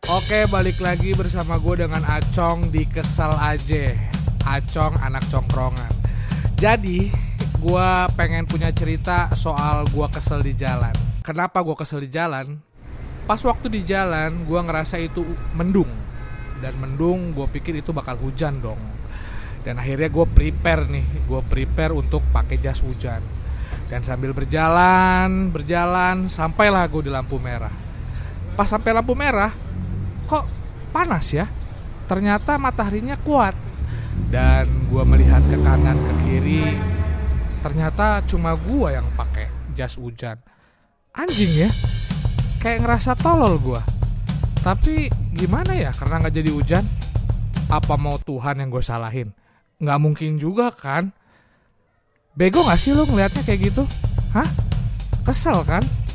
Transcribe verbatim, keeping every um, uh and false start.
Oke, balik lagi bersama gue dengan Acong di Kesel Aja. Acong anak congkrongan. Jadi, gue pengen punya cerita soal gue kesel di jalan. Kenapa gue kesel di jalan? Pas waktu di jalan, gue ngerasa itu mendung. Dan mendung, gue pikir itu bakal hujan dong. Dan akhirnya gue prepare nih, gue prepare untuk pakai jas hujan. Dan sambil berjalan, berjalan, sampailah gue di lampu merah. Pas sampai lampu merah, kok panas ya? Ternyata mataharinya kuat. Dan gue melihat ke kanan ke kiri, ternyata cuma gue yang pakai jas hujan. Anjing ya, kayak ngerasa tolol gue. Tapi gimana ya, karena gak jadi hujan? Apa mau Tuhan yang gue salahin? Gak mungkin juga kan? Bego gak sih lo ngeliatnya kayak gitu? Hah? Kesel kan?